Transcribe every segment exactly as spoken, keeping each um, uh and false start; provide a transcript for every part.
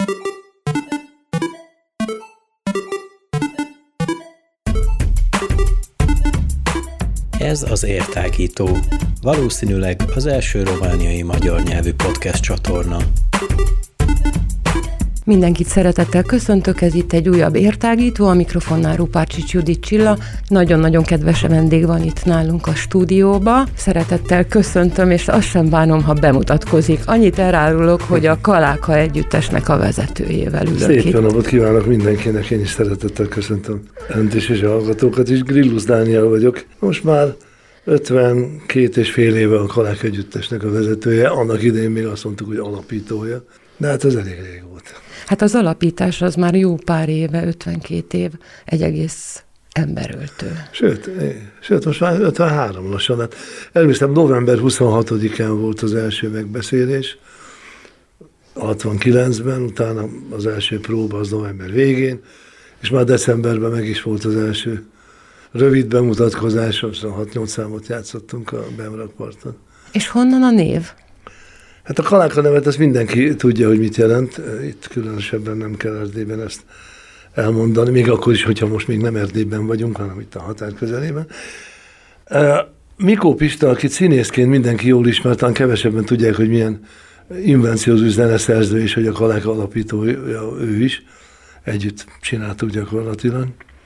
Ez az Értágító, valószínűleg az első romániai magyar nyelvű podcast csatorna. Mindenkit szeretettel köszöntök, ez itt egy újabb Értágító, a mikrofonnál Rupácsics Judit Csilla. Nagyon-nagyon kedves vendég van itt nálunk a stúdióba. Szeretettel köszöntöm, és azt sem bánom, ha bemutatkozik. Annyit elárulok, hogy a Kaláka együttesnek a vezetőjével ülök Szép itt. jó napot kívánok mindenkinek, én is szeretettel köszöntöm önt is, és a hallgatókat is. Grillus Dániel vagyok. Most már ötvenkét és fél éve a Kaláka együttesnek a vezetője, annak idején még azt mondtuk, hogy alapítója, de hát ez elég rég volt. Hát az alapítás az már jó pár éve, ötvenkét év, egy egész emberöltő. Sőt, sőt, most már ötvenhárom lassan. Hát elviszem, november huszonhatodikán volt az első megbeszélés, hatvankilencben, utána az első próba az november végén, és már decemberben meg is volt az első rövid bemutatkozás, hat-nyolc számot játszottunk a Bemrakparton. És honnan a név? Hát a Kaláka nevet, ezt mindenki tudja, hogy mit jelent. Itt különösebben nem kell Erdélyben ezt elmondani, még akkor is, hogyha most még nem Erdélyben vagyunk, hanem itt a határ közelében. Mikó Pista, akit színészként mindenki jól ismert, talán kevesebben tudják, hogy milyen invenciózus zeneszerző is, hogy a Kaláka alapítója ő is. Együtt csináltuk gyakorlatilag.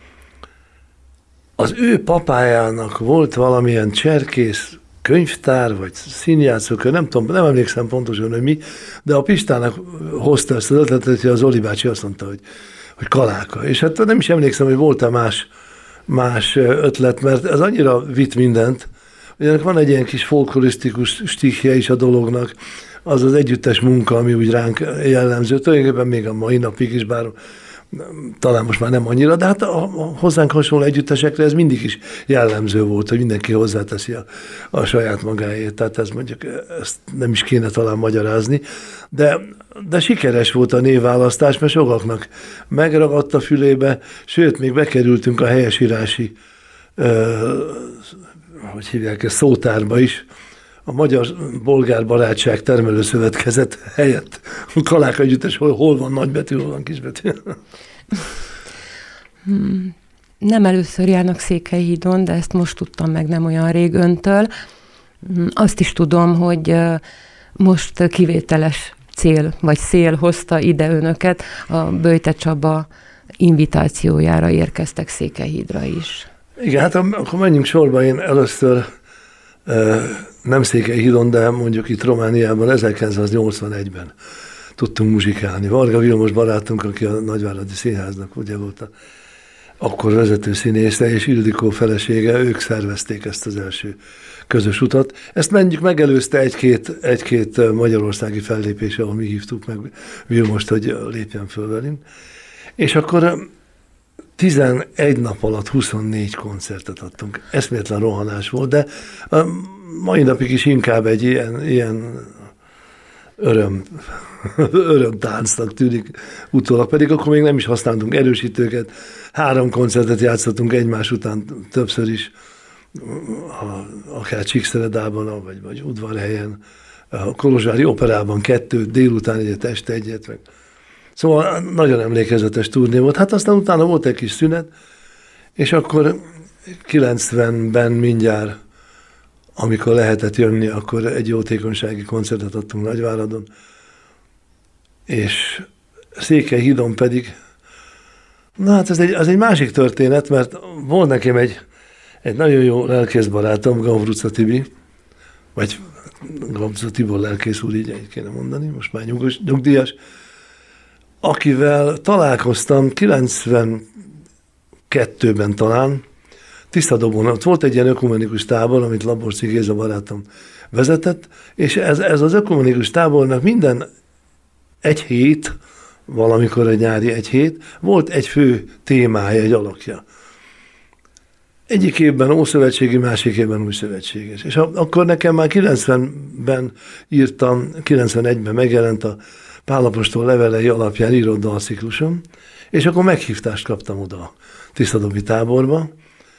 Az ő papájának volt valamilyen cserkész könyvtár, vagy színjátszókör, nem tudom, nem emlékszem pontosan, hogy mi, de a Pistának hozta ezt az ötletet, hogy az Oli bácsi azt mondta, hogy, hogy Kaláka. És hát nem is emlékszem, hogy volt-e más, más ötlet, mert ez annyira vitt mindent, hogy ennek van egy ilyen kis folklorisztikus stíkje is a dolognak, az az együttes munka, ami úgy ránk jellemző, tulajdonképpen még a mai napig is, bár talán most már nem annyira, de hát a, a hozzánk hasonló együttesekre ez mindig is jellemző volt, hogy mindenki hozzáteszi a, a saját magáét, tehát ez mondjuk, ezt nem is kéne talán magyarázni, de, de sikeres volt a névválasztás, mert sokaknak megragadt a fülébe, sőt, még bekerültünk a helyesírási, ö, hogy hívják ezt, szótárba is, a Magyar-Bolgár Barátság Termelőszövetkezet helyett a Kaláka együttes, hol, hol van nagybetű, hol van kisbetű. Hmm. Nem először járnak Székelyhídon, de ezt most tudtam meg nem olyan rég öntől. Azt is tudom, hogy most kivételes cél, vagy szél hozta ide önöket, a Böjte Csaba invitációjára érkeztek Székelyhídra is. Igen, hát akkor menjünk sorba, én először nem Székelyhídon, de mondjuk itt Romániában ezerkilencszáznyolcvanegyben tudtunk muzsikálni. Varga Vilmos barátunk, aki a Nagyváradi Színháznak ugye volt a akkor vezető színésze, és Ildikó felesége, ők szervezték ezt az első közös utat. Ezt mondjuk megelőzte egy-két, egy-két magyarországi fellépés, ahol mi hívtuk meg Vilmost, hogy lépjen föl velünk. És akkor tizenegy nap alatt huszonnégy koncertet adtunk. Eszméletlen rohanás volt, de a mai napig is inkább egy ilyen, ilyen öröm, örömtáncnak tűnik utólag, pedig akkor még nem is használtunk erősítőket. Három koncertet játszottunk egymás után többször is, akár Csíkszeredában, vagy, vagy Udvarhelyen, a Kolozsvári Operában kettő, délután egyet, este egyet, meg. Szóval nagyon emlékezetes turné volt. Hát aztán utána volt egy kis szünet, és akkor kilencvenben mindjárt, amikor lehetett jönni, akkor egy jótékonysági koncertet adtunk Nagyváradon, és Székelyhídon pedig, na hát ez egy, az egy másik történet, mert volt nekem egy, egy nagyon jó lelkészbarátom, Gavruca Tibi, vagy Gavruca Tibor lelkész úr, így, így kéne mondani, most már nyugos, nyugdíjas, akivel találkoztam kilencvenkettőben talán, Tisztadobon. Ott volt egy ilyen ökumenikus tábor, amit Laborci Géza barátom vezetett, és ez, ez az ökumenikus tábornak minden egy hét, valamikor egy nyári egy hét, volt egy fő témája, egy alakja. Egyik évben ószövetségi, másik évben újszövetséges. És akkor nekem már kilencvenben írtam, kilencvenegyben megjelent a Pál apostol levelei alapján írott dalciklusom, és akkor meghívtást kaptam oda a Tisztadobi táborba,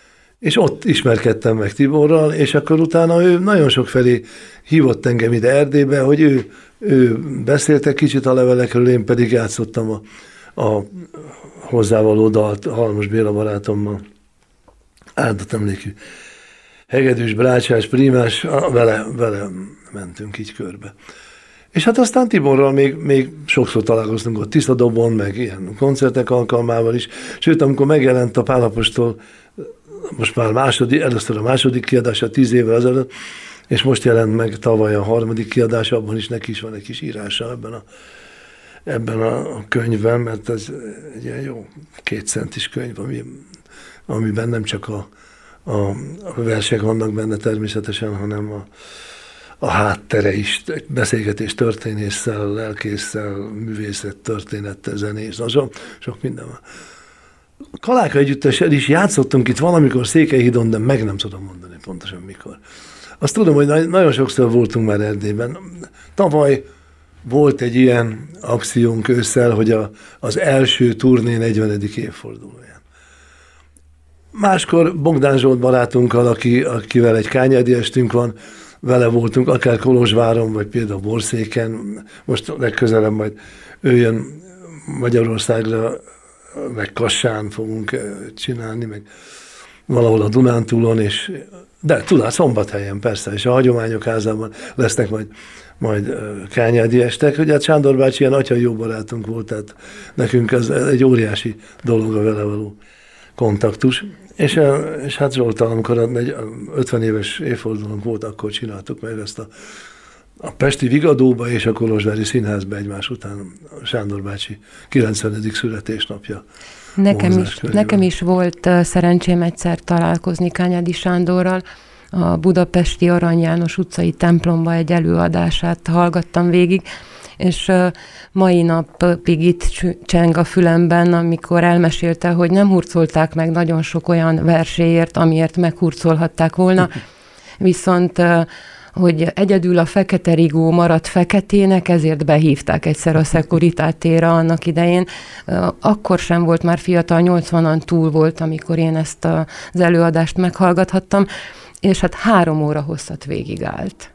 és ott ismerkedtem meg Tiborral, és akkor utána ő nagyon sok felé hívott engem ide Erdélybe, hogy ő, ő beszélte kicsit a levelekről, én pedig játszottam a, a hozzávaló dalt Halmos Béla barátommal. Áldott emlékű hegedűs, brácsás, prímás, vele, vele mentünk így körbe. És hát aztán Tiborral még, még sokszor találkoztunk ott Tiszadobon, meg ilyen koncertek alkalmával is. Sőt, amikor megjelent a Pál apostol, most már második, először a második kiadása tíz évvel ezelőtt, és most jelent meg tavaly a harmadik kiadása, abban is neki is van egy kis írása ebben a, ebben a könyvben, mert ez egy ilyen jó kétcentis könyv, ami, amiben nem csak a, a, a versek vannak benne természetesen, hanem a a háttere is, beszélgetés történésszel, lelkésszel, művészet, történettel, zenész, na, sok, sok minden van. Kaláka együttessel is játszottunk itt valamikor Székelyhídon, de meg nem tudom mondani pontosan mikor. Azt tudom, hogy nagyon sokszor voltunk már Erdélyben. Tavaly volt egy ilyen akciónk ősszel, hogy a, az első turné negyvenedik évfordulóján. Máskor Bogdán Zsolt barátunkkal, aki, akivel egy kányádi estünk van, vele voltunk, akár Kolozsváron, vagy például Borszéken, most legközelebb majd ő jön Magyarországra, meg Kassán fogunk csinálni, meg valahol a Dunántúlon, és, de tudod, Szombathelyen persze, és a Hagyományok Házában lesznek majd, majd kányádi estek. Ugye hát Sándor bácsi ilyen atya jó barátunk volt, tehát nekünk ez egy óriási dolog a vele való kontaktus. És, és hát Zsoltal, amikor egy ötven éves évfordulónk volt, akkor csináltuk meg ezt a, a Pesti Vigadóba és a Kolozsvári Színházba egymás után a Sándor bácsi kilencvenedik születésnapja. Nekem is, nekem is volt szerencsém egyszer találkozni Kányádi Sándorral, a budapesti Arany János utcai templomba egy előadását hallgattam végig, és mai napig itt cseng a fülemben, amikor elmesélte, hogy nem hurcolták meg nagyon sok olyan verséért, amiért meghurcolhatták volna, viszont hogy egyedül a Fekete Rigó maradt feketének, ezért behívták egyszer a Securitátéra annak idején. Akkor sem volt már fiatal, nyolcvanan túl volt, amikor én ezt az előadást meghallgathattam, és hát három óra hosszat végigállt.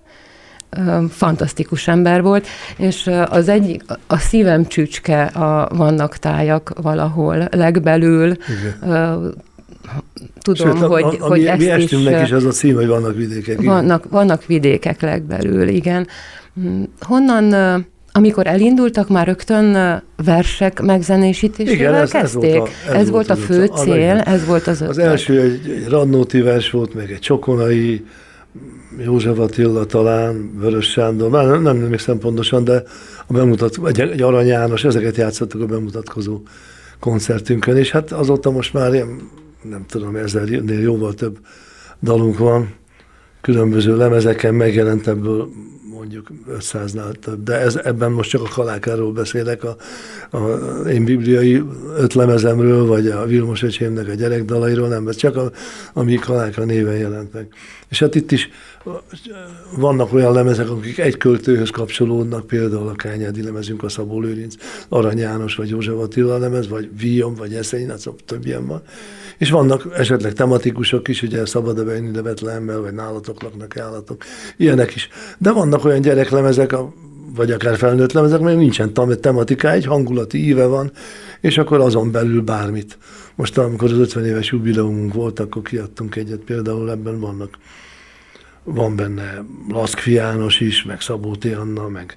Fantasztikus ember volt, és az egyik, a szívem csücske, a Vannak tájak valahol legbelül. Igen. Tudom, Sőt, hogy, a, a, hogy mi, ezt mi estünknek is, is az a cím, hogy vannak vidékek. Vannak, vannak vidékek legbelül, igen. Honnan, amikor elindultak, már rögtön versek megzenésítésével igen, ez, kezdték? Ez volt a, ez ez volt a fő az cél, az, ez volt az ötlet. Az első egy, egy Radnóti vers volt, meg egy Csokonai, József Attila talán, Vörös Sándor, már nem, nem emlékszem pontosan, de a bemutatkozó, egy, egy Arany János, ezeket játszottuk a bemutatkozó koncertünkön, és hát azóta most már ilyen, nem tudom, ezernél jóval több dalunk van, különböző lemezeken megjelent ebből mondjuk ötszáznál több, de ez, ebben most csak a Kalákáról beszélek, a, a én bibliai öt lemezemről, vagy a Vilmos öcsémnek a gyerekdalairól, nem, ez csak a, ami Kaláka néven jelent meg. És hát itt is vannak olyan lemezek, akik egy költőhöz kapcsolódnak, például a kányádi lemezünk, a Szabó Lőrinc, Arany János, vagy József Attila lemez, vagy Víjom, vagy Eszény, hát több ilyen van. És vannak esetleg tematikusok is, ugye Szabad-e bejönni de Betlehemmel, vagy Nálatok laknak állatok, ilyenek is. De vannak olyan gyereklemezek, vagy akár felnőtt lemezek, mert nincsen tematiká, egy hangulati íve van, és akkor azon belül bármit. Most amikor az ötven éves jubileumunk volt, akkor kiadtunk egyet, például ebben vannak, van benne Laszkfi János is, meg Szabó T. Anna, meg,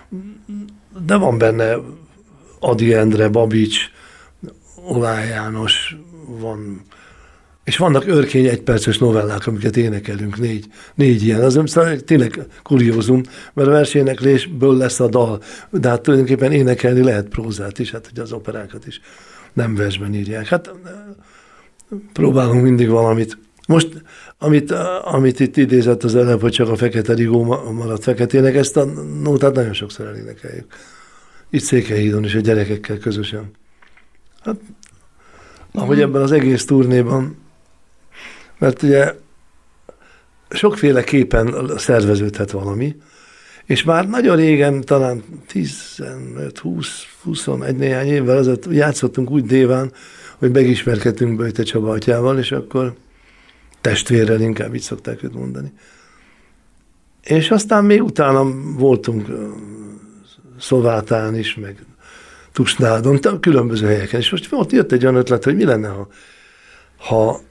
de van benne Ady Endre, Babics, Oláh János, van, és vannak örkény egyperces novellák, amiket énekelünk, négy, négy ilyen. Az tényleg kuriózum, mert a verséneklésből lesz a dal, de hát tulajdonképpen énekelni lehet prózát is, hát ugye az operákat is nem versben írják. Hát próbálunk mindig valamit. Most, amit, amit itt idézett az előbb, hogy csak a Fekete Rigó maradt feketének, ezt a nótát nagyon sokszor elénekeljük. Itt Székelyhídon is a gyerekekkel közösen. Hát, ahogy ebben az egész turnéban, mert ugye sokféleképpen szerveződhet valami, és már nagyon régen, talán tizenöt, húsz, huszonegy néhány évvel ezelőtt játszottunk úgy Déván, hogy megismerkedtünk Böjte Csaba atyával, és akkor testvérrel, inkább így szokták őt mondani. És aztán még utána voltunk Szovátán is, meg Tusnádon, különböző helyeken. És most ott jött egy olyan ötlet, hogy mi lenne, ha, ha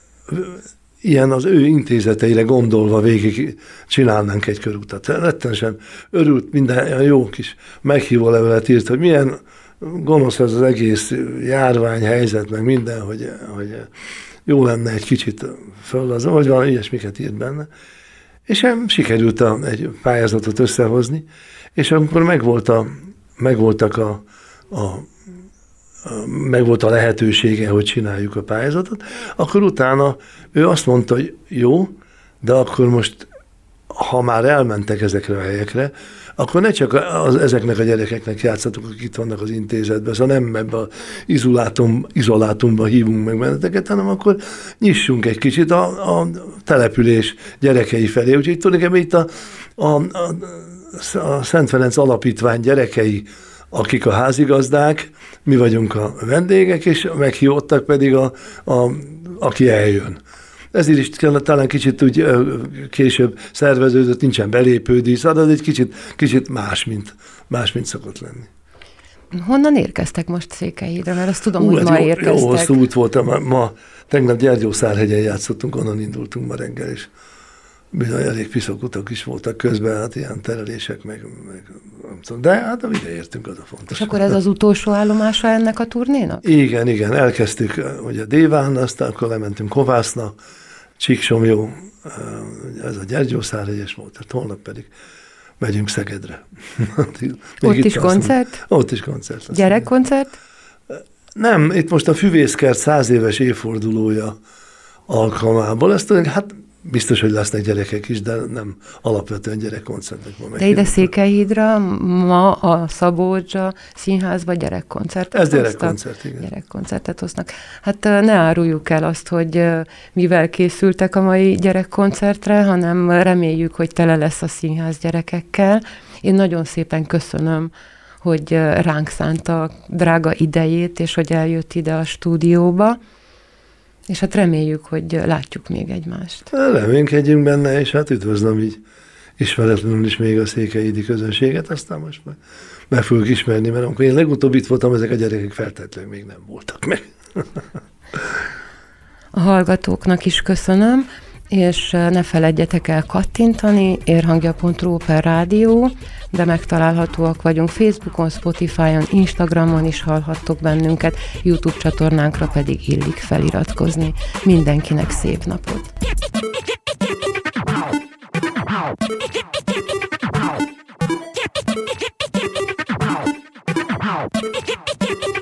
ilyen az ő intézeteire gondolva végig csinálnánk egy körutat. Rettenesen örült, minden jó kis meghívó levelet írt, hogy milyen gonosz ez az egész járványhelyzet, meg minden, hogy, hogy jó lenne egy kicsit föllazom, vagy valami ilyesmiket írt benne. És sikerült a, egy pályázatot összehozni, és amikor megvolt a, megvoltak a, a, a, megvolt a lehetősége, hogy csináljuk a pályázatot, akkor utána ő azt mondta, hogy jó, de akkor most, ha már elmentek ezekre a helyekre, akkor ne csak az, ezeknek a gyerekeknek játszatok, akik itt vannak az intézetben, szóval nem ebbe az izolátum, izolátumba hívunk meg benneteket, hanem akkor nyissunk egy kicsit a, a település gyerekei felé. Úgyhogy tulajdonképpen itt a, a, a, a Szent Ferenc Alapítvány gyerekei, akik a házigazdák, mi vagyunk a vendégek, és meghívottak pedig a, a, aki eljön. Ezért is talán kicsit úgy később szerveződött, nincsen belépődísz, de ez egy kicsit, kicsit más, mint, más, mint szokott lenni. Honnan érkeztek most Székelyhídra? Mert azt tudom, Ú, hogy ma jó, érkeztek. Jó hosszú út volt, ma, ma tegnap Gyergyószárhegyen játszottunk, onnan indultunk ma reggel, és bizony elég piszok utak is voltak közben, hát ilyen terelések, meg, meg nem tudom, de hát ide értünk, az a fontos. És akkor ez az utolsó állomása ennek a turnénak? Igen, igen, elkezdtük ugye Déván, aztán akkor lementünk Kovászna, Csíksomlyó, ez a Gyergyószárhegyes volt, tehát holnap pedig megyünk Szegedre. Ott is koncert? Ott is koncert. Gyerekkoncert? Nem, itt most a Füvészkert száz éves évfordulója alkalmából, ezt hát biztos, hogy lesznek gyerekek is, de nem alapvetően gyerekkoncertek. De ide Székelyhídra ma a Szabolcsa Színházba gyerekkoncertet Ez gyerekkoncert, igen. Gyerekkoncertet hoznak. Hát ne áruljuk el azt, hogy mivel készültek a mai gyerekkoncertre, hanem reméljük, hogy tele lesz a színház gyerekekkel. Én nagyon szépen köszönöm, hogy ránk szánta drága idejét, és hogy eljött ide a stúdióba. És hát reméljük, hogy látjuk még egymást. Reménykedjünk benne, és hát üdvözlöm így ismeretlenül is még a székelyhídi közönséget, aztán most már meg fogjuk ismerni, mert amikor én legutóbb itt voltam, ezek a gyerekek feltétlenül még nem voltak meg. A hallgatóknak is köszönöm, és ne feledjetek el kattintani, érhangja pont ru per rádió, de megtalálhatóak vagyunk Facebookon, Spotify-on, Instagramon is hallhattok bennünket, YouTube csatornánkra pedig illik feliratkozni. Mindenkinek szép napot! Wow.